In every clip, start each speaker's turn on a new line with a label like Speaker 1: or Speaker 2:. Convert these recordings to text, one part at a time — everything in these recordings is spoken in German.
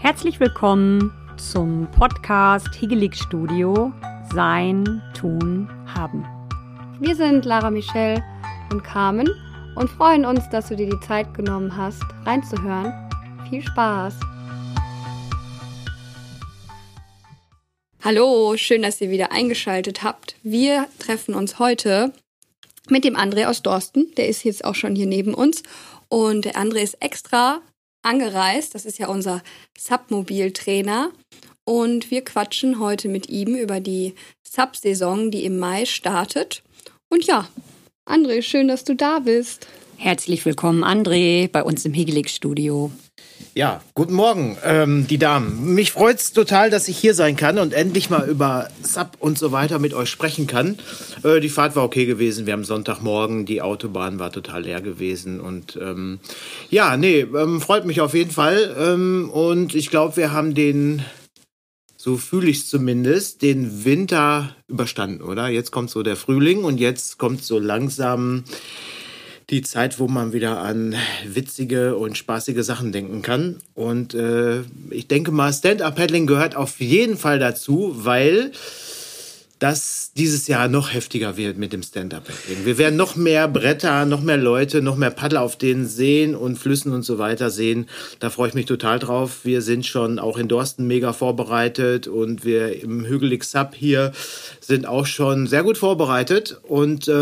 Speaker 1: Herzlich willkommen zum Podcast Higelig Studio Sein, Tun, Haben.
Speaker 2: Wir sind Lara Michelle und Carmen und freuen uns, dass du dir die Zeit genommen hast, reinzuhören. Viel Spaß! Hallo, schön, dass ihr wieder eingeschaltet habt. Wir treffen uns heute mit dem André aus Dorsten. Der ist jetzt auch schon hier neben uns. Und der André ist extra angereist. Das ist ja unser Submobil-Trainer. Und wir quatschen heute mit ihm über die Sub-Saison, die im Mai startet. Und ja, André, schön, dass du da bist.
Speaker 1: Herzlich willkommen, André, bei uns im Higelig Studio.
Speaker 3: Ja, guten Morgen, die Damen. Mich freut's total, dass ich hier sein kann und endlich mal über Sub und so weiter mit euch sprechen kann. Die Fahrt war okay gewesen. Wir haben Sonntagmorgen, die Autobahn war total leer gewesen. Und freut mich auf jeden Fall. Und ich glaube, wir haben so fühle ich es zumindest, den Winter überstanden, oder? Jetzt kommt so der Frühling und jetzt kommt so langsam die Zeit, wo man wieder an witzige und spaßige Sachen denken kann. Und ich denke mal, Stand-Up-Paddling gehört auf jeden Fall dazu, weil das dieses Jahr noch heftiger wird mit dem Stand-Up-Paddling. Wir werden noch mehr Bretter, noch mehr Leute, noch mehr Paddler auf den Seen und Flüssen und so weiter sehen. Da freue ich mich total drauf. Wir sind schon auch in Dorsten mega vorbereitet und wir im Hügelig Sub hier sind auch schon sehr gut vorbereitet. Und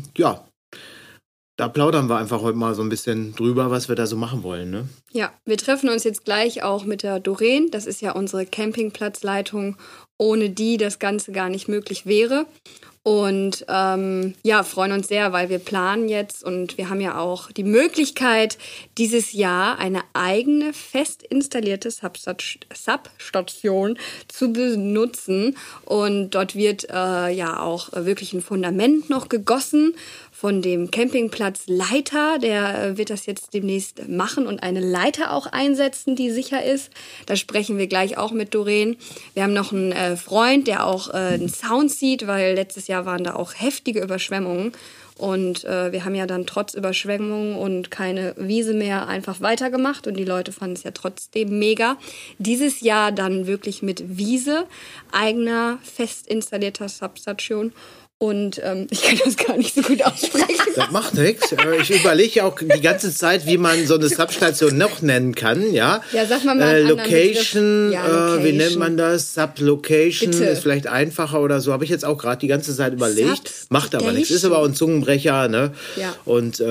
Speaker 3: da plaudern wir einfach heute mal so ein bisschen drüber, was wir da so machen wollen, ne?
Speaker 2: Ja, wir treffen uns jetzt gleich auch mit der Doreen. Das ist ja unsere Campingplatzleitung, ohne die das Ganze gar nicht möglich wäre. Und freuen uns sehr, weil wir planen jetzt und wir haben ja auch die Möglichkeit, dieses Jahr eine eigene fest installierte Substation zu benutzen. Und dort wird auch wirklich ein Fundament noch gegossen von dem Campingplatzleiter. Der wird das jetzt demnächst machen und eine Leiter auch einsetzen, die sicher ist. Da sprechen wir gleich auch mit Doreen. Wir haben noch einen Freund, der auch einen Sound sieht, weil letztes Jahr waren da auch heftige Überschwemmungen. Und wir haben ja dann trotz Überschwemmungen und keine Wiese mehr einfach weitergemacht. Und die Leute fanden es ja trotzdem mega. Dieses Jahr dann wirklich mit Wiese, eigener fest installierter Substation. Und ich kann das gar nicht so gut aussprechen.
Speaker 3: Das macht nichts. Ich überlege auch die ganze Zeit, wie man so eine Substation noch nennen kann. Ja,
Speaker 2: sag mal
Speaker 3: Location,
Speaker 2: Location.
Speaker 3: Wie nennt man das? Sublocation ist vielleicht einfacher oder so. Habe ich jetzt auch gerade die ganze Zeit überlegt. Macht aber nichts. Ist aber auch ein Zungenbrecher. Ne? Ja. Und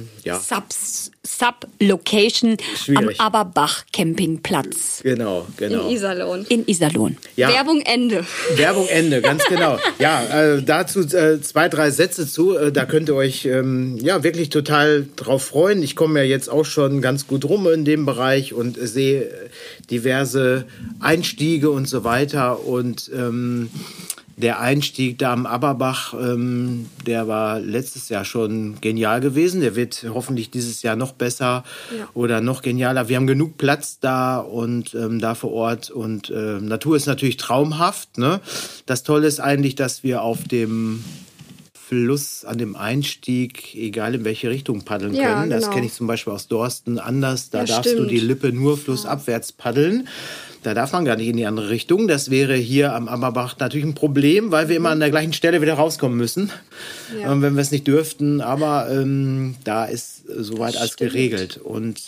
Speaker 1: Sublocation am Aberbach Campingplatz.
Speaker 3: Genau.
Speaker 2: In Iserlohn.
Speaker 3: Ja.
Speaker 2: Werbung Ende, ganz
Speaker 3: genau. Ja, dazu 2, 3 Sätze zu. Da könnt ihr euch wirklich total drauf freuen. Ich komme ja jetzt auch schon ganz gut rum in dem Bereich und sehe diverse Einstiege und so weiter. Und der Einstieg da am Aberbach, der war letztes Jahr schon genial gewesen. Der wird hoffentlich dieses Jahr noch besser oder noch genialer. Wir haben genug Platz da und da vor Ort. Und Natur ist natürlich traumhaft. Ne? Das Tolle ist eigentlich, dass wir auf dem Fluss an dem Einstieg, egal in welche Richtung paddeln können. Genau. Das kenne ich zum Beispiel aus Dorsten anders. Da darfst du die Lippe nur flussabwärts paddeln. Da darf man gar nicht in die andere Richtung. Das wäre hier am Aberbach natürlich ein Problem, weil wir immer an der gleichen Stelle wieder rauskommen müssen, wenn wir es nicht dürften. Aber da ist soweit alles geregelt. Und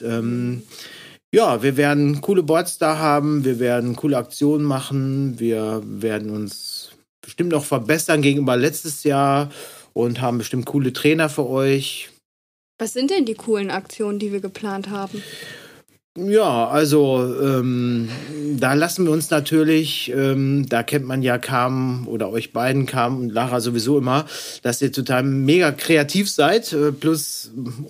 Speaker 3: wir werden coole Boards da haben. Wir werden coole Aktionen machen. Wir werden uns bestimmt noch verbessern gegenüber letztes Jahr und haben bestimmt coole Trainer für euch.
Speaker 2: Was sind denn die coolen Aktionen, die wir geplant haben?
Speaker 3: Ja, also da lassen wir uns natürlich, da kennt man ja Carmen oder euch beiden, Carmen und Lara sowieso immer, dass ihr total mega kreativ seid, plus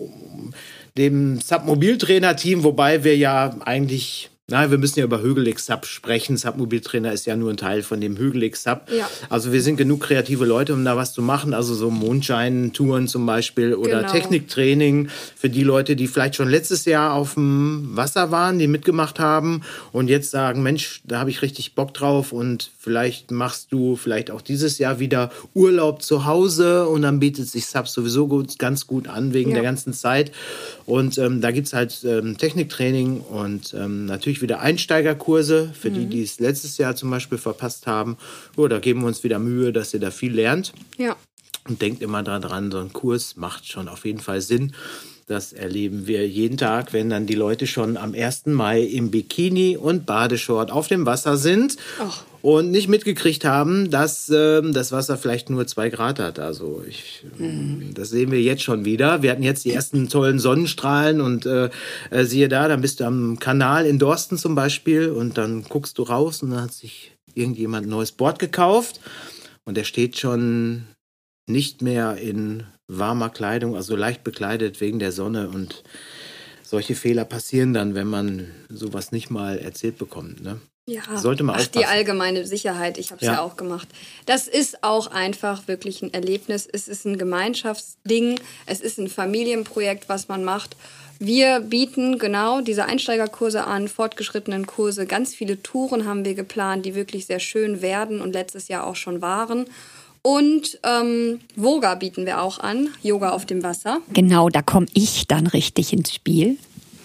Speaker 3: dem Submobiltrainer-Team, wobei wir ja eigentlich... wir müssen ja über Hügelig Sub sprechen. Submobiltrainer ist ja nur ein Teil von dem Hügelig Sub. Ja. Also wir sind genug kreative Leute, um da was zu machen. Also so Mondschein-Touren zum Beispiel oder Techniktraining für die Leute, die vielleicht schon letztes Jahr auf dem Wasser waren, die mitgemacht haben und jetzt sagen, Mensch, da habe ich richtig Bock drauf und vielleicht machst du vielleicht auch dieses Jahr wieder Urlaub zu Hause und dann bietet sich Sub sowieso ganz gut an wegen der ganzen Zeit. Und da gibt's halt Techniktraining und natürlich natürlich wieder Einsteigerkurse für die es letztes Jahr zum Beispiel verpasst haben. Da geben wir uns wieder Mühe, dass ihr da viel lernt.
Speaker 2: Ja.
Speaker 3: Und denkt immer daran, so ein Kurs macht schon auf jeden Fall Sinn. Das erleben wir jeden Tag, wenn dann die Leute schon am 1. Mai im Bikini und Badeshort auf dem Wasser sind und nicht mitgekriegt haben, dass das Wasser vielleicht nur 2 Grad hat. Also das sehen wir jetzt schon wieder. Wir hatten jetzt die ersten tollen Sonnenstrahlen und siehe da, dann bist du am Kanal in Dorsten zum Beispiel und dann guckst du raus und dann hat sich irgendjemand ein neues Board gekauft und der steht schon nicht mehr in warmer Kleidung, also leicht bekleidet wegen der Sonne. Und solche Fehler passieren dann, wenn man sowas nicht mal erzählt bekommt. Ne?
Speaker 2: Ja,
Speaker 3: sollte man aufpassen.
Speaker 2: Die allgemeine Sicherheit, ich habe es ja auch gemacht. Das ist auch einfach wirklich ein Erlebnis. Es ist ein Gemeinschaftsding, es ist ein Familienprojekt, was man macht. Wir bieten genau diese Einsteigerkurse an, fortgeschrittenen Kurse. Ganz viele Touren haben wir geplant, die wirklich sehr schön werden und letztes Jahr auch schon waren. Und Voga bieten wir auch an, Yoga auf dem Wasser.
Speaker 1: Genau, da komme ich dann richtig ins Spiel.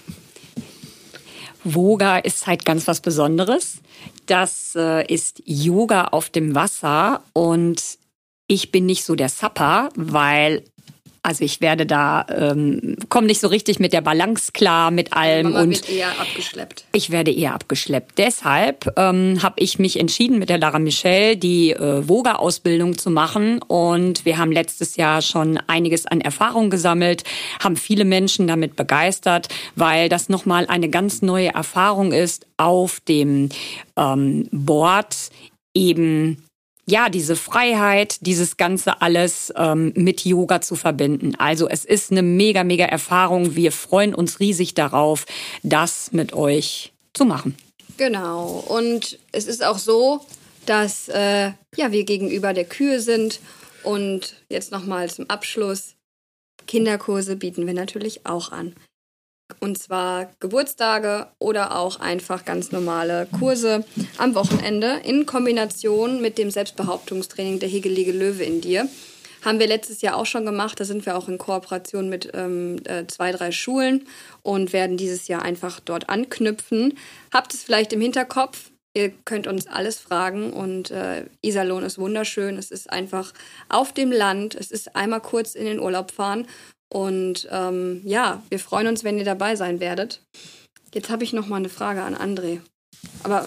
Speaker 1: Voga ist halt ganz was Besonderes. Das ist Yoga auf dem Wasser und ich bin nicht so der Supper, weil ich werde da, komme nicht so richtig mit der Balance klar, mit allem.
Speaker 2: Mama wird eher abgeschleppt.
Speaker 1: Ich werde eher abgeschleppt. Deshalb habe ich mich entschieden, mit der Lara Michelle die Voga-Ausbildung zu machen. Und wir haben letztes Jahr schon einiges an Erfahrung gesammelt, haben viele Menschen damit begeistert, weil das nochmal eine ganz neue Erfahrung ist, auf dem Board eben diese Freiheit, dieses Ganze alles mit Yoga zu verbinden. Also es ist eine mega, mega Erfahrung. Wir freuen uns riesig darauf, das mit euch zu machen.
Speaker 2: Genau. Und es ist auch so, dass wir gegenüber der Kühe sind. Und jetzt nochmal zum Abschluss. Kinderkurse bieten wir natürlich auch an. Und zwar Geburtstage oder auch einfach ganz normale Kurse am Wochenende in Kombination mit dem Selbstbehauptungstraining der Hegelige Löwe in dir. Haben wir letztes Jahr auch schon gemacht. Da sind wir auch in Kooperation mit 2, 3 Schulen und werden dieses Jahr einfach dort anknüpfen. Habt es vielleicht im Hinterkopf. Ihr könnt uns alles fragen und Iserlohn ist wunderschön. Es ist einfach auf dem Land. Es ist einmal kurz in den Urlaub fahren. Und wir freuen uns, wenn ihr dabei sein werdet. Jetzt habe ich noch mal eine Frage an André. Aber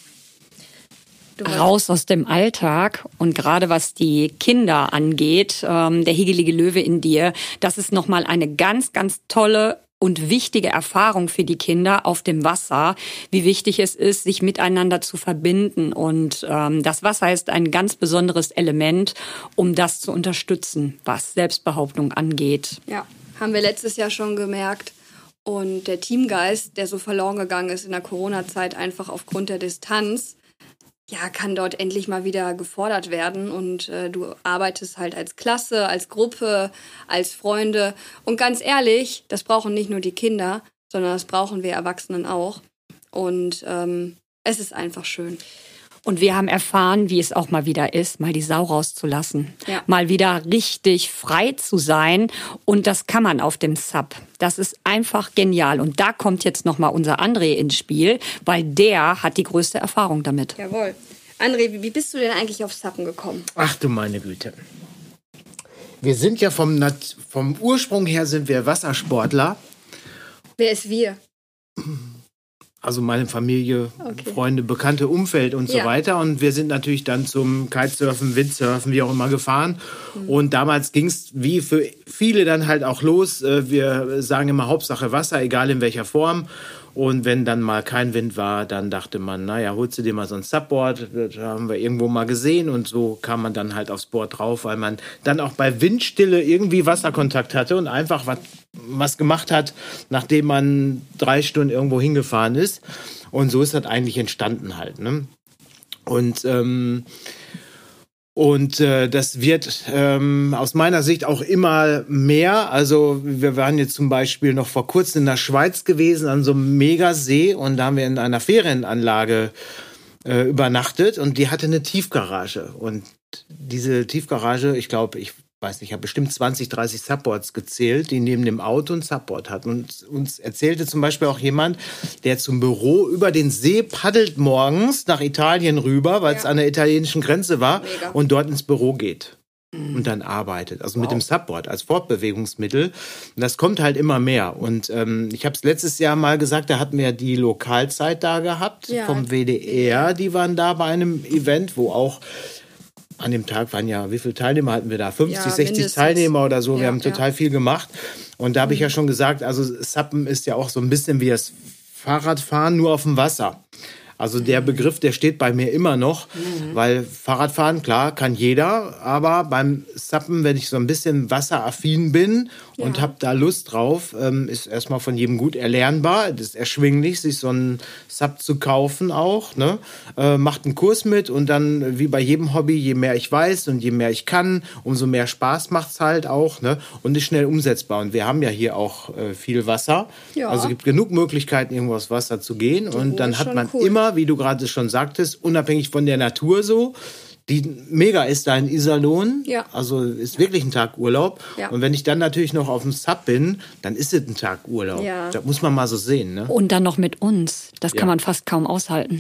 Speaker 1: raus aus dem Alltag und gerade was die Kinder angeht, der Hegelige Löwe in dir, das ist noch mal eine ganz, ganz tolle und wichtige Erfahrung für die Kinder auf dem Wasser, wie wichtig es ist, sich miteinander zu verbinden. Und das Wasser ist ein ganz besonderes Element, um das zu unterstützen, was Selbstbehauptung angeht.
Speaker 2: Ja, haben wir letztes Jahr schon gemerkt. Und der Teamgeist, der so verloren gegangen ist in der Corona-Zeit, einfach aufgrund der Distanz, kann dort endlich mal wieder gefordert werden. Und du arbeitest halt als Klasse, als Gruppe, als Freunde. Und ganz ehrlich, das brauchen nicht nur die Kinder, sondern das brauchen wir Erwachsenen auch. Und es ist einfach schön.
Speaker 1: Und wir haben erfahren, wie es auch mal wieder ist, mal die Sau rauszulassen.
Speaker 2: Ja.
Speaker 1: Mal wieder richtig frei zu sein. Und das kann man auf dem Sub. Das ist einfach genial. Und da kommt jetzt nochmal unser André ins Spiel, weil der hat die größte Erfahrung damit.
Speaker 2: Jawohl. André, wie bist du denn eigentlich auf Suppen gekommen?
Speaker 3: Ach du meine Güte. Wir sind ja vom Ursprung her sind wir Wassersportler.
Speaker 2: Wer ist wir?
Speaker 3: Also meine Familie,
Speaker 2: Okay.
Speaker 3: Freunde, bekannte Umfeld und so weiter. Und wir sind natürlich dann zum Kitesurfen, Windsurfen, wie auch immer gefahren. Und damals ging es wie für viele dann halt auch los. Wir sagen immer Hauptsache Wasser, egal in welcher Form. Und wenn dann mal kein Wind war, dann dachte man, naja, holst du dir mal so ein Subboard. Das haben wir irgendwo mal gesehen. Und so kam man dann halt aufs Board drauf, weil man dann auch bei Windstille irgendwie Wasserkontakt hatte und einfach was gemacht hat, nachdem man 3 Stunden irgendwo hingefahren ist. Und so ist das eigentlich entstanden halt. Ne? Und das wird aus meiner Sicht auch immer mehr. Also wir waren jetzt zum Beispiel noch vor kurzem in der Schweiz gewesen, an so einem Megasee. Und da haben wir in einer Ferienanlage übernachtet. Und die hatte eine Tiefgarage. Und diese Tiefgarage, ich glaube, weiß nicht, ich habe bestimmt 20, 30 Subboards gezählt, die neben dem Auto ein Subboard hat. Und uns erzählte zum Beispiel auch jemand, der zum Büro über den See paddelt morgens nach Italien rüber, weil es an der italienischen Grenze war, und dort ins Büro geht. Und dann arbeitet, also mit dem Subboard als Fortbewegungsmittel. Und das kommt halt immer mehr. Und ich habe es letztes Jahr mal gesagt, da hatten wir die Lokalzeit da gehabt vom WDR. Die waren da bei einem Event, wo auch an dem Tag waren wie viele Teilnehmer hatten wir da? 50, 60 mindestens. Teilnehmer oder so. Wir haben total viel gemacht. Und da habe ich ja schon gesagt, also Suppen ist ja auch so ein bisschen wie das Fahrradfahren, nur auf dem Wasser. Also der Begriff, der steht bei mir immer noch, weil Fahrradfahren, klar, kann jeder, aber beim Suppen, wenn ich so ein bisschen wasseraffin bin und habe da Lust drauf, ist erstmal von jedem gut erlernbar. Das ist erschwinglich, sich so einen Sup zu kaufen auch, ne? Macht einen Kurs mit und dann, wie bei jedem Hobby, je mehr ich weiß und je mehr ich kann, umso mehr Spaß macht's halt auch, ne? Und ist schnell umsetzbar. Und wir haben ja hier auch viel Wasser. Ja. Also es gibt genug Möglichkeiten, irgendwo aufs Wasser zu gehen. Und dann hat man immer, wie du gerade schon sagtest, unabhängig von der Natur so. Die mega ist da in Iserlohn, also ist wirklich ein Tag Urlaub. Ja. Und wenn ich dann natürlich noch auf dem Sub bin, dann ist es ein Tag Urlaub. Ja. Das muss man mal so sehen. Ne?
Speaker 1: Und dann noch mit uns. Das kann man fast kaum aushalten.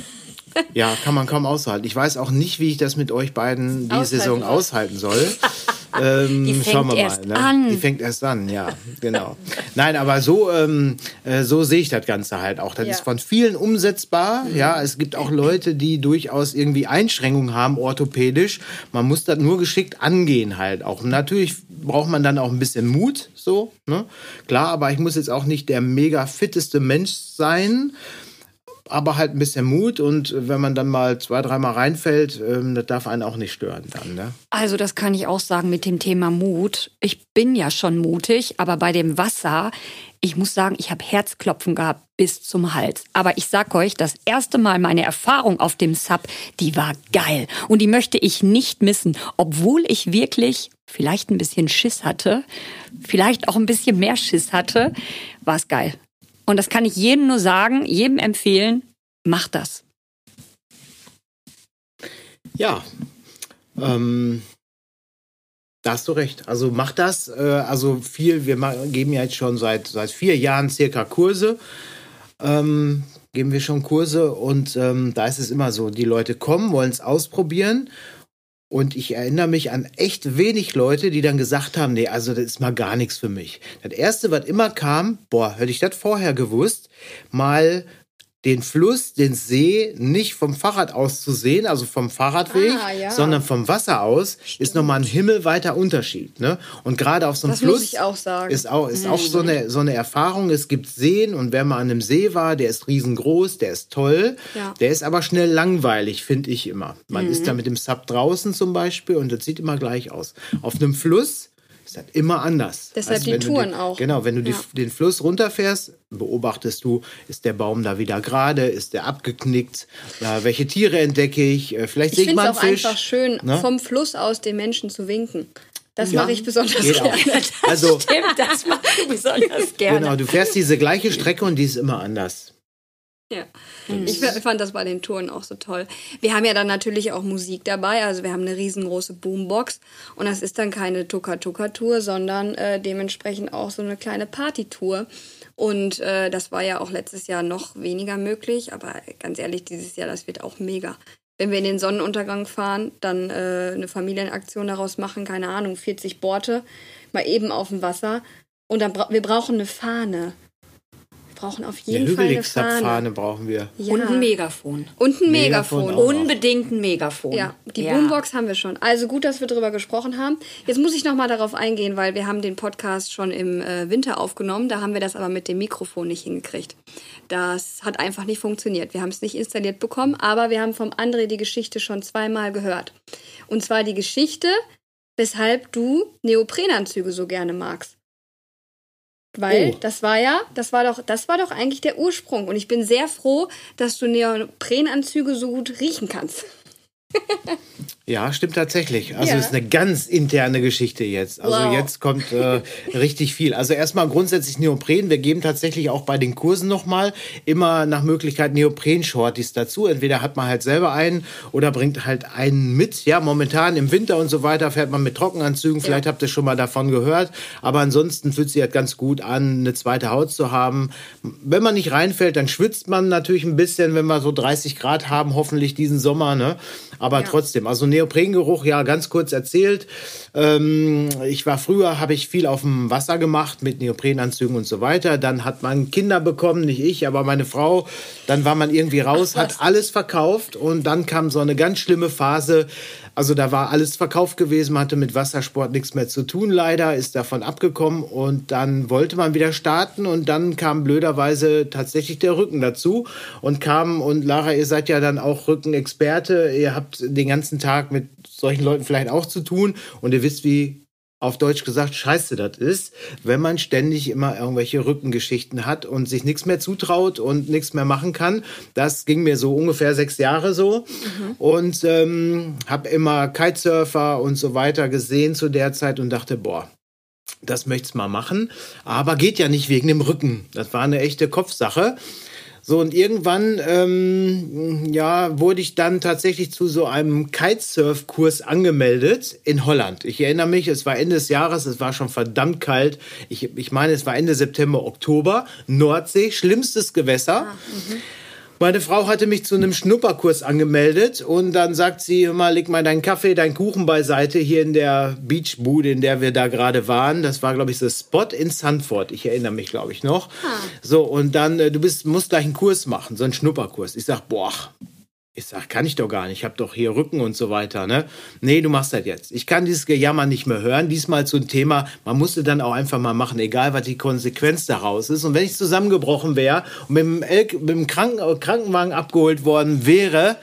Speaker 3: Ja, kann man kaum aushalten. Ich weiß auch nicht, wie ich das mit euch beiden die Saison aushalten soll.
Speaker 1: Die fängt schauen wir erst mal, ne? an.
Speaker 3: Die fängt erst an, ja, genau. Nein, aber so sehe ich das Ganze halt auch. Das ist von vielen umsetzbar. Ja, es gibt auch Leute, die durchaus irgendwie Einschränkungen haben, orthopädisch. Man muss das nur geschickt angehen halt auch. Und natürlich braucht man dann auch ein bisschen Mut, so, ne? Klar, aber ich muss jetzt auch nicht der mega fitteste Mensch sein. Aber halt ein bisschen Mut und wenn man dann mal 2, 3 Mal reinfällt, das darf einen auch nicht stören dann, ne?
Speaker 1: Also das kann ich auch sagen mit dem Thema Mut. Ich bin ja schon mutig, aber bei dem Wasser, ich muss sagen, ich habe Herzklopfen gehabt bis zum Hals. Aber ich sag euch, das erste Mal meine Erfahrung auf dem Sub, die war geil. Und die möchte ich nicht missen, obwohl ich wirklich vielleicht ein bisschen Schiss hatte, vielleicht auch ein bisschen mehr Schiss hatte, war es geil. Und das kann ich jedem nur sagen, jedem empfehlen, macht das.
Speaker 3: Ja, da hast du recht. Also macht das. Also wir geben ja jetzt schon seit 4 Jahren circa Kurse. Geben wir schon Kurse und da ist es immer so, die Leute kommen, wollen es ausprobieren. Und ich erinnere mich an echt wenig Leute, die dann gesagt haben, nee, also das ist mal gar nichts für mich. Das Erste, was immer kam, hätte ich das vorher gewusst, mal den Fluss, den See nicht vom Fahrrad aus zu sehen, also vom Fahrradweg, sondern vom Wasser aus, ist nochmal ein himmelweiter Unterschied. Ne? Und gerade auf so einem Fluss
Speaker 2: muss ich auch sagen.
Speaker 3: ist auch so eine Erfahrung. Es gibt Seen und wer mal an einem See war, der ist riesengroß, der ist toll, der ist aber schnell langweilig, finde ich immer. Man ist da mit dem Sub draußen zum Beispiel und das sieht immer gleich aus. Auf einem Fluss ist das immer anders.
Speaker 2: Deshalb die Touren auch.
Speaker 3: Genau, wenn du den Fluss runterfährst, beobachtest du, ist der Baum da wieder gerade, ist der abgeknickt, welche Tiere entdecke ich, vielleicht sehe ich mal einen Fisch.
Speaker 2: Ich finde es auch einfach schön, vom Fluss aus den Menschen zu winken. Das mache ich besonders gerne.
Speaker 1: Also, stimmt, das mache ich besonders gerne.
Speaker 3: Genau, du fährst diese gleiche Strecke und die ist immer anders.
Speaker 2: Ja, ich fand das bei den Touren auch so toll. Wir haben ja dann natürlich auch Musik dabei, also wir haben eine riesengroße Boombox und das ist dann keine Tuka-Tuka-Tour, sondern dementsprechend auch so eine kleine Partytour. Und das war ja auch letztes Jahr noch weniger möglich, aber ganz ehrlich, dieses Jahr, das wird auch mega. Wenn wir in den Sonnenuntergang fahren, dann eine Familienaktion daraus machen, keine Ahnung, 40 Borte, mal eben auf dem Wasser und dann wir brauchen eine Fahne. Brauchen auf jeden Fall eine
Speaker 3: Fahne brauchen wir.
Speaker 1: Ja. Und ein Megafon.
Speaker 2: Und ein Megafon.
Speaker 1: Unbedingt ein Megafon.
Speaker 2: Ja, die Boombox haben wir schon. Also gut, dass wir drüber gesprochen haben. Jetzt muss ich noch mal darauf eingehen, weil wir haben den Podcast schon im Winter aufgenommen. Da haben wir das aber mit dem Mikrofon nicht hingekriegt. Das hat einfach nicht funktioniert. Wir haben es nicht installiert bekommen, aber wir haben vom André die Geschichte schon 2-mal gehört. Und zwar die Geschichte, weshalb du Neoprenanzüge so gerne magst. Weil das war doch eigentlich der Ursprung. Und ich bin sehr froh, dass du Neoprenanzüge so gut riechen kannst.
Speaker 3: Ja, stimmt tatsächlich. Also es ist eine ganz interne Geschichte jetzt. Also jetzt kommt richtig viel. Also erstmal grundsätzlich Neopren. Wir geben tatsächlich auch bei den Kursen nochmal immer nach Möglichkeit Neopren-Shorties dazu. Entweder hat man halt selber einen oder bringt halt einen mit. Ja, momentan im Winter und so weiter fährt man mit Trockenanzügen. Vielleicht habt ihr schon mal davon gehört. Aber ansonsten fühlt sich halt ganz gut an, eine zweite Haut zu haben. Wenn man nicht reinfällt, dann schwitzt man natürlich ein bisschen, wenn wir so 30 Grad haben, hoffentlich diesen Sommer, ne? Aber trotzdem, also Neoprengeruch, ja, ganz kurz erzählt. Habe ich viel auf dem Wasser gemacht mit Neoprenanzügen und so weiter. Dann hat man Kinder bekommen, nicht ich, aber meine Frau. Dann war man irgendwie raus, hat alles verkauft und dann kam so eine ganz schlimme Phase. Also da war alles verkauft gewesen, man hatte mit Wassersport nichts mehr zu tun, leider, ist davon abgekommen und dann wollte man wieder starten und dann kam blöderweise tatsächlich der Rücken dazu und Lara, ihr seid ja dann auch Rückenexperte, ihr habt den ganzen Tag mit solchen Leuten vielleicht auch zu tun und ihr wisst, wie auf Deutsch gesagt, scheiße das ist, wenn man ständig immer irgendwelche Rückengeschichten hat und sich nichts mehr zutraut und nichts mehr machen kann. Das ging mir so ungefähr 6 Jahre so. Und habe immer Kitesurfer und so weiter gesehen zu der Zeit und dachte, das möcht's mal machen. Aber geht ja nicht wegen dem Rücken. Das war eine echte Kopfsache. So, und irgendwann wurde ich dann tatsächlich zu so einem Kitesurf-Kurs angemeldet in Holland. Ich erinnere mich, es war Ende des Jahres, es war schon verdammt kalt. Ich meine, es war Ende September, Oktober, Nordsee, schlimmstes Gewässer. Meine Frau hatte mich zu einem Schnupperkurs angemeldet und dann sagt sie, leg mal deinen Kaffee, deinen Kuchen beiseite hier in der Beachbude, in der wir da gerade waren. Das war, glaube ich, das Spot in Zandvoort. Ich erinnere mich, glaube ich, noch. So, und dann, musst gleich einen Kurs machen, so einen Schnupperkurs. Ich sag, kann ich doch gar nicht. Ich habe doch hier Rücken und so weiter, ne? Nee, du machst das jetzt. Ich kann dieses Gejammer nicht mehr hören. Diesmal so ein Thema, man musste dann auch einfach mal machen, egal was die Konsequenz daraus ist. Und wenn ich zusammengebrochen wäre und mit dem Krankenwagen abgeholt worden wäre,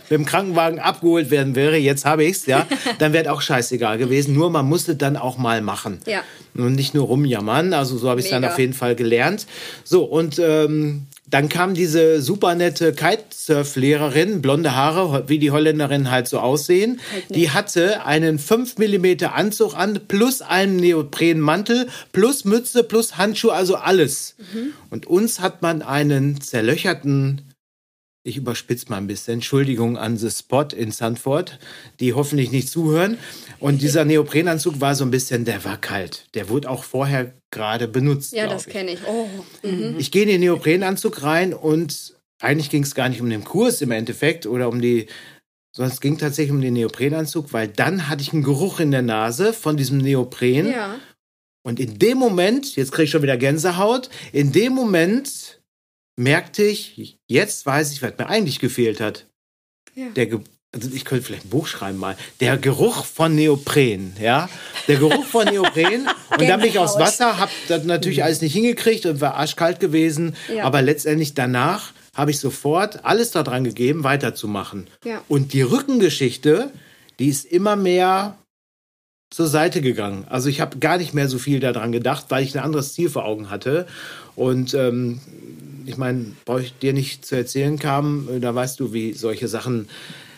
Speaker 3: jetzt habe ich's, ja, dann wäre auch scheißegal gewesen. Nur man musste dann auch mal machen. Ja. Und nicht nur rumjammern. Also so habe ich es dann auf jeden Fall gelernt. So, und dann kam diese super nette Kitesurf-Lehrerin, blonde Haare, wie die Holländerinnen halt so aussehen. Die hatte einen 5 mm Anzug an, plus einen Neoprenmantel, plus Mütze, plus Handschuhe, also alles. Und uns hat man einen zerlöcherten, ich überspitze mal ein bisschen, Entschuldigung an The Spot in Zandvoort, die hoffentlich nicht zuhören. Und dieser Neoprenanzug war so ein bisschen, der war kalt. Der wurde auch vorher gerade benutzt.
Speaker 2: Ja, das kenne ich. Oh.
Speaker 3: Ich gehe in den Neoprenanzug rein und eigentlich ging es gar nicht um den Kurs im Endeffekt oder sondern es ging tatsächlich um den Neoprenanzug, weil dann hatte ich einen Geruch in der Nase von diesem Neopren.
Speaker 2: Ja. Und
Speaker 3: in dem Moment, jetzt kriege ich schon wieder Gänsehaut, in dem Moment merkte ich, jetzt weiß ich, was mir eigentlich gefehlt hat. Ja. Also ich könnte vielleicht ein Buch schreiben mal. Der Geruch von Neopren, ja. Der Geruch von Neopren. Und dann bin ich aufs Wasser, hab das natürlich alles nicht hingekriegt und war arschkalt gewesen. Ja. Aber letztendlich danach habe ich sofort alles daran gegeben, weiterzumachen. Ja. Und die Rückengeschichte, die ist immer mehr zur Seite gegangen. Also ich habe gar nicht mehr so viel daran gedacht, weil ich ein anderes Ziel vor Augen hatte. Und ich meine, brauche ich dir nicht zu erzählen, Carmen, da weißt du, wie solche Sachen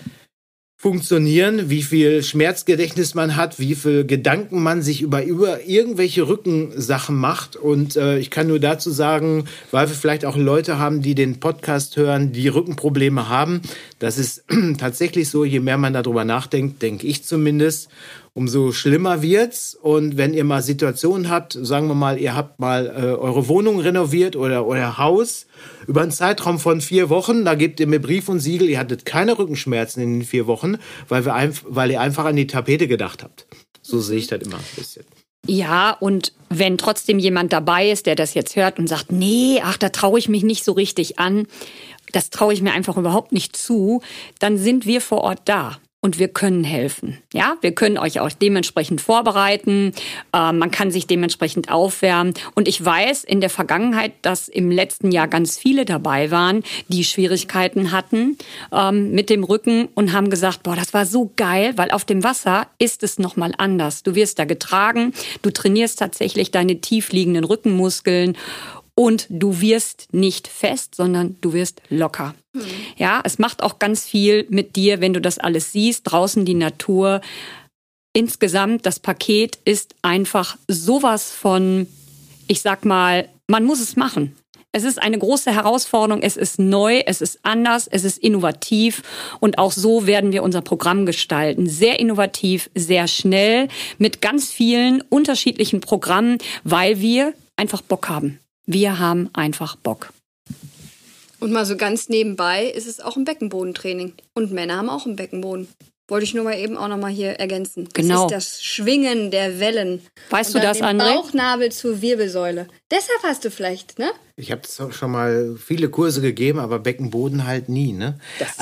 Speaker 3: funktionieren, wie viel Schmerzgedächtnis man hat, wie viel Gedanken man sich über irgendwelche Rückensachen macht. Und ich kann nur dazu sagen, weil wir vielleicht auch Leute haben, die den Podcast hören, die Rückenprobleme haben. Das ist tatsächlich so, je mehr man darüber nachdenkt, denke ich zumindest, umso schlimmer wird's. Und wenn ihr mal Situationen habt, sagen wir mal, ihr habt mal eure Wohnung renoviert oder euer Haus über einen Zeitraum von 4 Wochen, da gebt ihr mir Brief und Siegel, ihr hattet keine Rückenschmerzen in den 4 Wochen, weil ihr einfach an die Tapete gedacht habt. So sehe ich das immer ein bisschen.
Speaker 1: Ja, und wenn trotzdem jemand dabei ist, der das jetzt hört und sagt, nee, da traue ich mich nicht so richtig an, das traue ich mir einfach überhaupt nicht zu, dann sind wir vor Ort da. Und wir können helfen. Ja, wir können euch auch dementsprechend vorbereiten. Man kann sich dementsprechend aufwärmen. Und ich weiß in der Vergangenheit, dass im letzten Jahr ganz viele dabei waren, die Schwierigkeiten hatten mit dem Rücken und haben gesagt, das war so geil, weil auf dem Wasser ist es nochmal anders. Du wirst da getragen, du trainierst tatsächlich deine tief liegenden Rückenmuskeln. und du wirst nicht fest, sondern du wirst locker. Ja, es macht auch ganz viel mit dir, wenn du das alles siehst, draußen die Natur. Insgesamt, das Paket ist einfach sowas von, ich sag mal, man muss es machen. Es ist eine große Herausforderung, es ist neu, es ist anders, es ist innovativ und auch so werden wir unser Programm gestalten. Sehr innovativ, sehr schnell, mit ganz vielen unterschiedlichen Programmen, weil wir einfach Bock haben. Wir haben einfach Bock.
Speaker 2: Und mal so ganz nebenbei ist es auch ein Beckenbodentraining. Und Männer haben auch einen Beckenboden. Wollte ich nur mal eben auch noch mal hier ergänzen.
Speaker 1: Genau.
Speaker 2: Das ist das Schwingen der Wellen.
Speaker 1: Weißt du das, André?
Speaker 2: Bauchnabel zur Wirbelsäule. Deshalb hast du vielleicht, ne?
Speaker 3: Ich habe schon mal viele Kurse gegeben, aber Beckenboden halt nie, ne?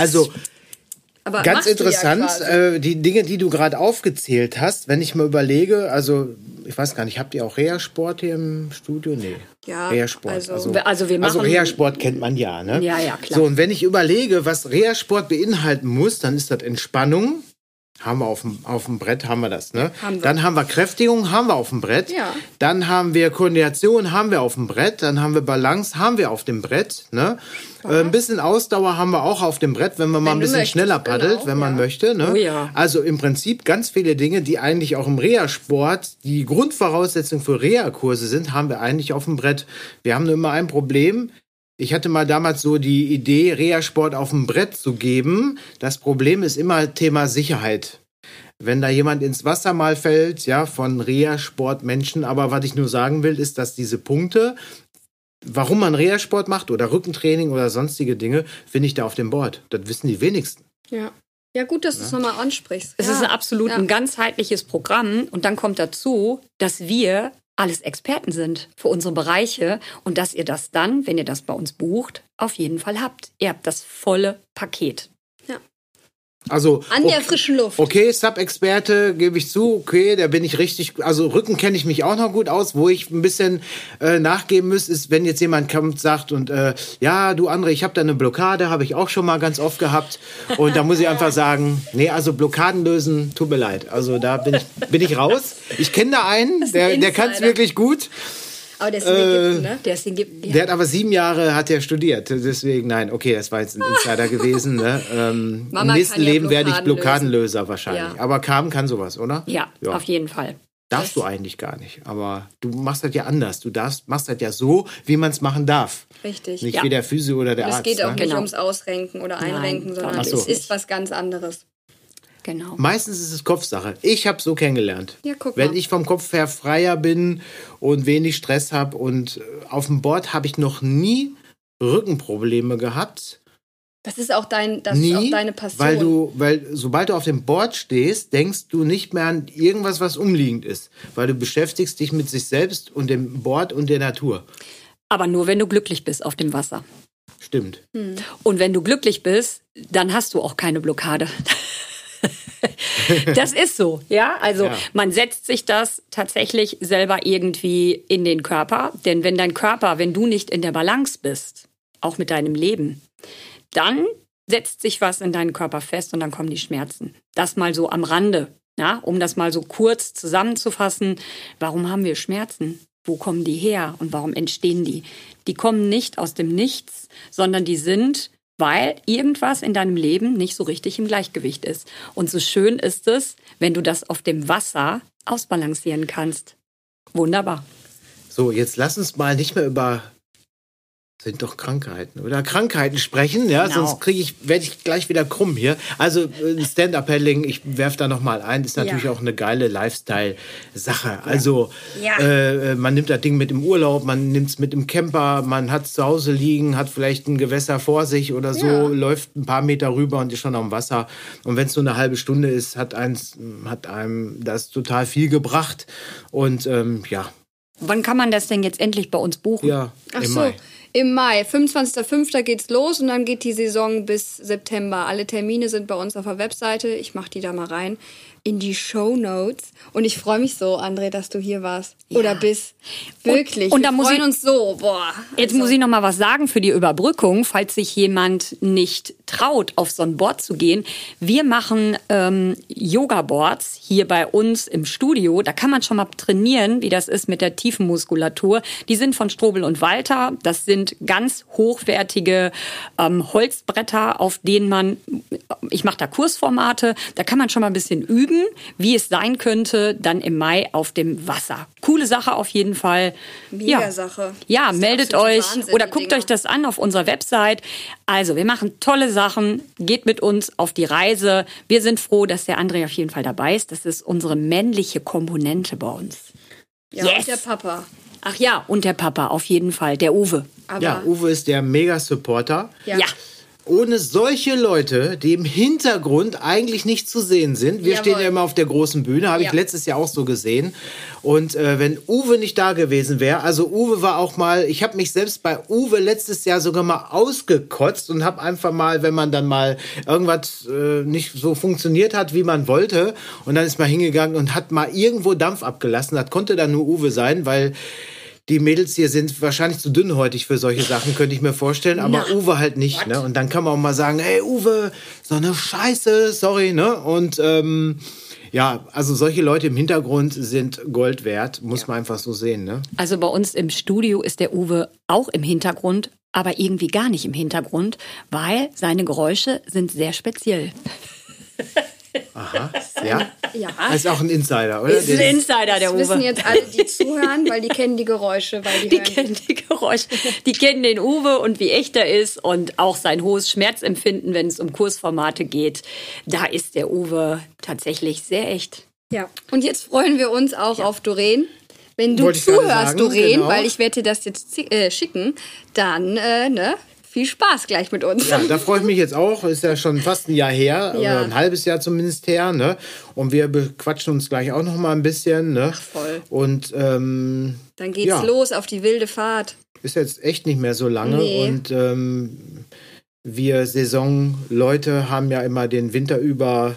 Speaker 2: Aber
Speaker 3: ganz interessant,
Speaker 2: ja
Speaker 3: die Dinge, die du gerade aufgezählt hast, wenn ich mal überlege, also ich weiß gar nicht, habt ihr auch Reha-Sport hier im Studio? Nee.
Speaker 2: Ja,
Speaker 3: Reha-Sport.
Speaker 2: also
Speaker 1: wir machen...
Speaker 3: Reha-Sport kennt man ja, ne?
Speaker 1: Ja, klar.
Speaker 3: So, und wenn ich überlege, was Reha-Sport beinhalten muss, dann ist das Entspannung. Haben wir auf dem Brett, haben wir das, ne? Dann haben wir Kräftigung, haben wir auf dem Brett.
Speaker 2: Ja.
Speaker 3: Dann haben wir Koordination, haben wir auf dem Brett. Dann haben wir Balance, haben wir auf dem Brett, ne? Ein bisschen Ausdauer haben wir auch auf dem Brett, wenn man mal ein bisschen schneller paddelt, wenn man möchte, ne?
Speaker 1: Oh ja.
Speaker 3: Also im Prinzip ganz viele Dinge, die eigentlich auch im Reha-Sport die Grundvoraussetzung für Reha-Kurse sind, haben wir eigentlich auf dem Brett. Wir haben nur immer ein Problem. Ich hatte mal damals so die Idee, Reha-Sport auf dem Brett zu geben. Das Problem ist immer Thema Sicherheit. Wenn da jemand ins Wasser mal fällt, ja, von Reha-Sport-Menschen. Aber was ich nur sagen will, ist, dass diese Punkte, warum man Reha-Sport macht oder Rückentraining oder sonstige Dinge, finde ich da auf dem Board. Das wissen die wenigsten.
Speaker 2: Ja. Ja, gut, dass du es nochmal ansprichst.
Speaker 1: Es ist absolut ein ganzheitliches Programm. Und dann kommt dazu, dass wir alles Experten sind für unsere Bereiche und dass ihr das dann, wenn ihr das bei uns bucht, auf jeden Fall habt. Ihr habt das volle Paket.
Speaker 2: Ja.
Speaker 3: Also
Speaker 2: an der frischen Luft.
Speaker 3: Okay, Sub-Experte, gebe ich zu. Okay, da bin ich richtig. Also Rücken kenne ich mich auch noch gut aus. Wo ich ein bisschen nachgeben muss, ist, wenn jetzt jemand kommt, sagt und ja, du André, ich habe da eine Blockade, habe ich auch schon mal ganz oft gehabt. Und da muss ich einfach sagen, nee, also Blockaden lösen, tut mir leid. Also da bin ich raus. Ich kenne da einen, der kann es wirklich gut.
Speaker 2: Aber der ist in Ägypten, ne? Der ist in Ägypten. Ja.
Speaker 3: Der hat aber 7 Jahre hat er studiert. Deswegen, nein, okay, das war jetzt ein Insider gewesen. Ne? Im nächsten Leben werde ich Blockadenlöser wahrscheinlich. Ja. Aber Carmen kann sowas, oder?
Speaker 1: Ja, auf jeden Fall.
Speaker 3: Darfst du eigentlich gar nicht. Aber du machst das ja anders. Du machst das ja so, wie man es machen darf.
Speaker 2: Richtig.
Speaker 3: Nicht wie der Physio oder der Arzt.
Speaker 2: Es geht auch nicht ums Ausrenken oder Einrenken, sondern es ist was ganz anderes.
Speaker 1: Genau.
Speaker 3: Meistens ist es Kopfsache. Ich habe so kennengelernt.
Speaker 2: Ja, guck mal.
Speaker 3: Wenn ich vom Kopf her freier bin und wenig Stress habe und auf dem Board habe ich noch nie Rückenprobleme gehabt.
Speaker 2: Das ist auch deine Passion.
Speaker 3: Weil sobald du auf dem Board stehst, denkst du nicht mehr an irgendwas, was umliegend ist. Weil du beschäftigst dich mit sich selbst und dem Board und der Natur.
Speaker 1: Aber nur, wenn du glücklich bist auf dem Wasser.
Speaker 3: Stimmt.
Speaker 1: Und wenn du glücklich bist, dann hast du auch keine Blockade. Das ist so, ja. Also man setzt sich das tatsächlich selber irgendwie in den Körper. Denn wenn du nicht in der Balance bist, auch mit deinem Leben, dann setzt sich was in deinen Körper fest und dann kommen die Schmerzen. Das mal so am Rande, ja, um das mal so kurz zusammenzufassen. Warum haben wir Schmerzen? Wo kommen die her und warum entstehen die? Die kommen nicht aus dem Nichts, sondern die sind, weil irgendwas in deinem Leben nicht so richtig im Gleichgewicht ist. Und so schön ist es, wenn du das auf dem Wasser ausbalancieren kannst. Wunderbar.
Speaker 3: So, jetzt lass uns mal nicht mehr über sind doch Krankheiten oder Krankheiten sprechen, ja,
Speaker 1: Genau.
Speaker 3: Sonst werde ich gleich wieder krumm hier. Also Stand-Up-Paddling, ich werfe da noch mal ein, ist natürlich auch eine geile Lifestyle-Sache. Also man nimmt das Ding mit im Urlaub, man nimmt es mit im Camper, man hat es zu Hause liegen, hat vielleicht ein Gewässer vor sich oder so, läuft ein paar Meter rüber und ist schon am Wasser. Und wenn es nur eine halbe Stunde ist, hat einem das total viel gebracht. Und
Speaker 1: Wann kann man das denn jetzt endlich bei uns buchen?
Speaker 3: Ja, im Mai.
Speaker 2: Im Mai. 25.05. geht's los und dann geht die Saison bis September. Alle Termine sind bei uns auf der Webseite. Ich mache die da mal rein. in die Shownotes. Und ich freue mich so, André, dass du hier warst. Oder bist. Wirklich.
Speaker 1: Und da
Speaker 2: wir freuen uns so. Boah.
Speaker 1: Jetzt muss ich noch mal was sagen für die Überbrückung, falls sich jemand nicht traut, auf so ein Board zu gehen. Wir machen Yoga-Boards hier bei uns im Studio. Da kann man schon mal trainieren, wie das ist mit der tiefen Muskulatur. Die sind von Strobel und Walter. Das sind ganz hochwertige Holzbretter, auf denen man, ich mache da Kursformate, da kann man schon mal ein bisschen üben, wie es sein könnte, dann im Mai auf dem Wasser. Coole Sache auf jeden Fall.
Speaker 2: Mega Sache.
Speaker 1: Ja, meldet euch oder guckt euch das an auf unserer Website. Also, wir machen tolle Sachen. Geht mit uns auf die Reise. Wir sind froh, dass der André auf jeden Fall dabei ist. Das ist unsere männliche Komponente bei uns.
Speaker 2: Ja, yes. Und der Papa.
Speaker 1: Ach ja, und der Papa, auf jeden Fall. Der Uwe.
Speaker 3: Aber ja, Uwe ist der Mega-Supporter.
Speaker 1: Ja.
Speaker 3: Ohne solche Leute, die im Hintergrund eigentlich nicht zu sehen sind. Wir stehen ja immer auf der großen Bühne, habe ich letztes Jahr auch so gesehen. Und wenn Uwe nicht da gewesen wäre, also Uwe war auch mal, ich habe mich selbst bei Uwe letztes Jahr sogar mal ausgekotzt und habe einfach mal, wenn man dann mal irgendwas nicht so funktioniert hat, wie man wollte, und dann ist man hingegangen und hat mal irgendwo Dampf abgelassen. Das konnte dann nur Uwe sein, weil die Mädels hier sind wahrscheinlich zu dünnhäutig für solche Sachen, könnte ich mir vorstellen. Aber Uwe halt nicht. Ne? Und dann kann man auch mal sagen, hey Uwe, so eine Scheiße, sorry. Ne? Und ja, also solche Leute im Hintergrund sind Gold wert, muss man einfach so sehen. Ne?
Speaker 1: Also bei uns im Studio ist der Uwe auch im Hintergrund, aber irgendwie gar nicht im Hintergrund, weil seine Geräusche sind sehr speziell.
Speaker 3: Aha, ja? Ja. Das ist auch ein Insider, oder?
Speaker 1: Ist ein Insider, der Uwe.
Speaker 2: Das wissen jetzt alle, die zuhören, weil die kennen die Geräusche.
Speaker 1: Die kennen die Geräusche. Die kennen den Uwe und wie echt er ist und auch sein hohes Schmerzempfinden, wenn es um Kursformate geht. Da ist der Uwe tatsächlich sehr echt.
Speaker 2: Ja, und jetzt freuen wir uns auch auf Doreen. Wenn du zuhörst, Doreen, weil ich werde dir das jetzt schicken, dann, viel Spaß gleich mit uns.
Speaker 3: Ja, da freue ich mich jetzt auch. Ist ja schon fast ein Jahr her, oder ein halbes Jahr zumindest her. Ne? Und wir bequatschen uns gleich auch noch mal ein bisschen. Ne?
Speaker 2: Ach, voll.
Speaker 3: Und
Speaker 2: dann geht's los auf die wilde Fahrt.
Speaker 3: Ist jetzt echt nicht mehr so lange. Nee. Und wir Saisonleute haben ja immer den Winter über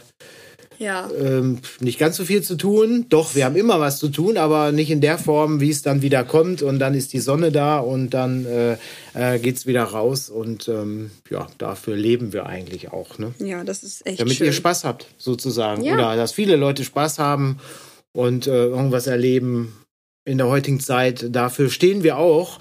Speaker 3: nicht ganz so viel zu tun. Doch, wir haben immer was zu tun, aber nicht in der Form, wie es dann wieder kommt. Und dann ist die Sonne da und dann geht's wieder raus. Und dafür leben wir eigentlich auch. Ne?
Speaker 2: Ja, das ist echt
Speaker 3: damit
Speaker 2: schön.
Speaker 3: Ihr Spaß habt, sozusagen. Ja. Oder dass viele Leute Spaß haben und irgendwas erleben in der heutigen Zeit. Dafür stehen wir auch.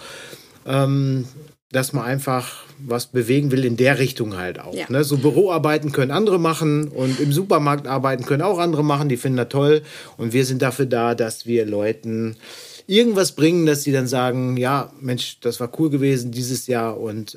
Speaker 3: Dass man einfach was bewegen will in der Richtung halt auch. Ja. Ne? So Büroarbeiten können andere machen und im Supermarkt arbeiten können auch andere machen, die finden das toll. Und wir sind dafür da, dass wir Leuten irgendwas bringen, dass sie dann sagen, ja, Mensch, das war cool gewesen dieses Jahr und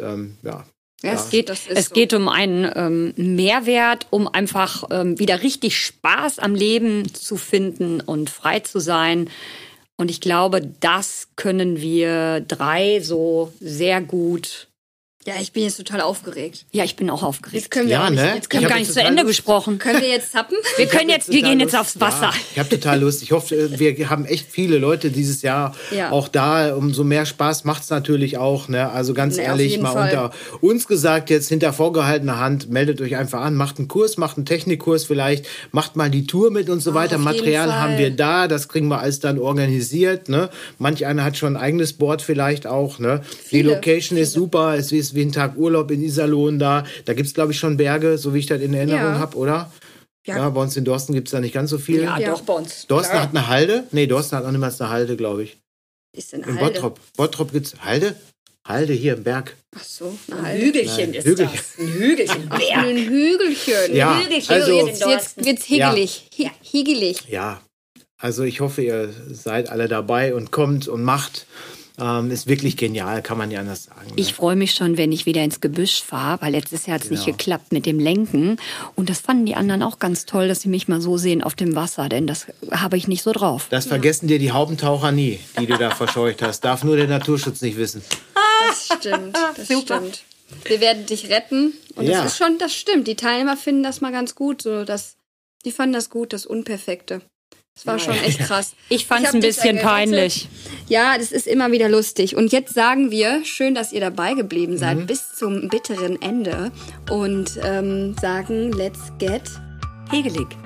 Speaker 1: Es geht um einen Mehrwert, um einfach wieder richtig Spaß am Leben zu finden und frei zu sein. Und ich glaube, das können wir drei so sehr gut.
Speaker 2: Ja, ich bin jetzt total aufgeregt.
Speaker 1: Ja, ich bin auch aufgeregt.
Speaker 2: Jetzt können wir auch nicht,
Speaker 1: jetzt können wir gar nicht zu Ende gesprochen.
Speaker 2: Können wir jetzt zappen?
Speaker 1: Wir gehen jetzt aufs Wasser.
Speaker 3: Ja, ich habe total Lust. Ich hoffe, wir haben echt viele Leute dieses Jahr auch da. Umso mehr Spaß macht's natürlich auch. Ne? Also ganz ehrlich, mal unter uns gesagt, jetzt hinter vorgehaltener Hand, meldet euch einfach an, macht einen Kurs, macht einen Technikkurs vielleicht, macht mal die Tour mit und so weiter. Material haben wir da, das kriegen wir alles dann organisiert. Ne? Manch einer hat schon ein eigenes Board vielleicht auch. Ne? Die Location ist super, es ist wie ein Tag Urlaub in Iserlohn da. Da gibt es, glaube ich, schon Berge, so wie ich das in Erinnerung habe, oder? Ja, bei uns in Dorsten gibt es da nicht ganz so viel.
Speaker 1: Ja, doch, bei uns.
Speaker 3: Dorsten hat eine Halde. Nee, Dorsten hat noch niemals eine Halde, glaube ich.
Speaker 2: Ist denn
Speaker 3: in Bottrop. Bottrop gibt es Halde? Halde hier im Berg.
Speaker 2: Ach so,
Speaker 1: ein Hügelchen ist
Speaker 3: Hügelchen.
Speaker 1: Das. Ein Hügelchen.
Speaker 2: Ein Hügelchen.
Speaker 3: Ja,
Speaker 2: also jetzt wird's higelig.
Speaker 3: Ja.
Speaker 2: Higelig.
Speaker 3: Ja, also ich hoffe, ihr seid alle dabei und kommt und macht. Ist wirklich genial, kann man ja anders sagen. Ne?
Speaker 1: Ich freue mich schon, wenn ich wieder ins Gebüsch fahre, weil letztes Jahr hat es nicht geklappt mit dem Lenken. Und das fanden die anderen auch ganz toll, dass sie mich mal so sehen auf dem Wasser, denn das habe ich nicht so drauf.
Speaker 3: Das vergessen dir die Haubentaucher nie, die du da verscheucht hast. Darf nur der Naturschutz nicht wissen.
Speaker 2: Das stimmt, stimmt. Wir werden dich retten. Und das ist schon, das stimmt. Die Teilnehmer finden das mal ganz gut. Die fanden das gut, das Unperfekte. Das war schon echt krass.
Speaker 1: Ich fand es ein bisschen peinlich.
Speaker 2: Ja, das ist immer wieder lustig. Und jetzt sagen wir, schön, dass ihr dabei geblieben seid bis zum bitteren Ende. Und sagen, let's get
Speaker 1: hegelig.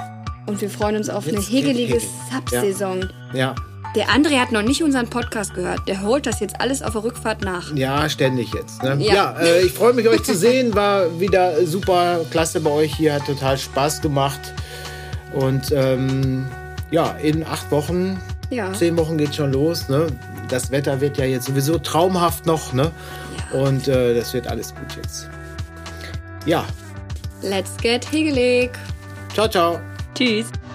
Speaker 2: Und wir freuen uns auf
Speaker 3: Jetzt
Speaker 2: eine
Speaker 3: geht
Speaker 2: hegelige
Speaker 3: Hegel.
Speaker 2: Sub-Saison.
Speaker 3: Ja.
Speaker 2: Der André hat noch nicht unseren Podcast gehört. Der holt das jetzt alles auf der Rückfahrt nach.
Speaker 3: Ja, ständig jetzt. Ne?
Speaker 2: Ja.
Speaker 3: Ich freue mich, euch zu sehen. War wieder super klasse bei euch hier. Hat total Spaß gemacht. Und in 8 Wochen, 10 Wochen geht schon los. Ne? Das Wetter wird ja jetzt sowieso traumhaft noch. Ne? Ja. Und das wird alles gut jetzt. Ja.
Speaker 2: Let's get hegelig.
Speaker 3: Ciao, ciao.
Speaker 1: Tschüss.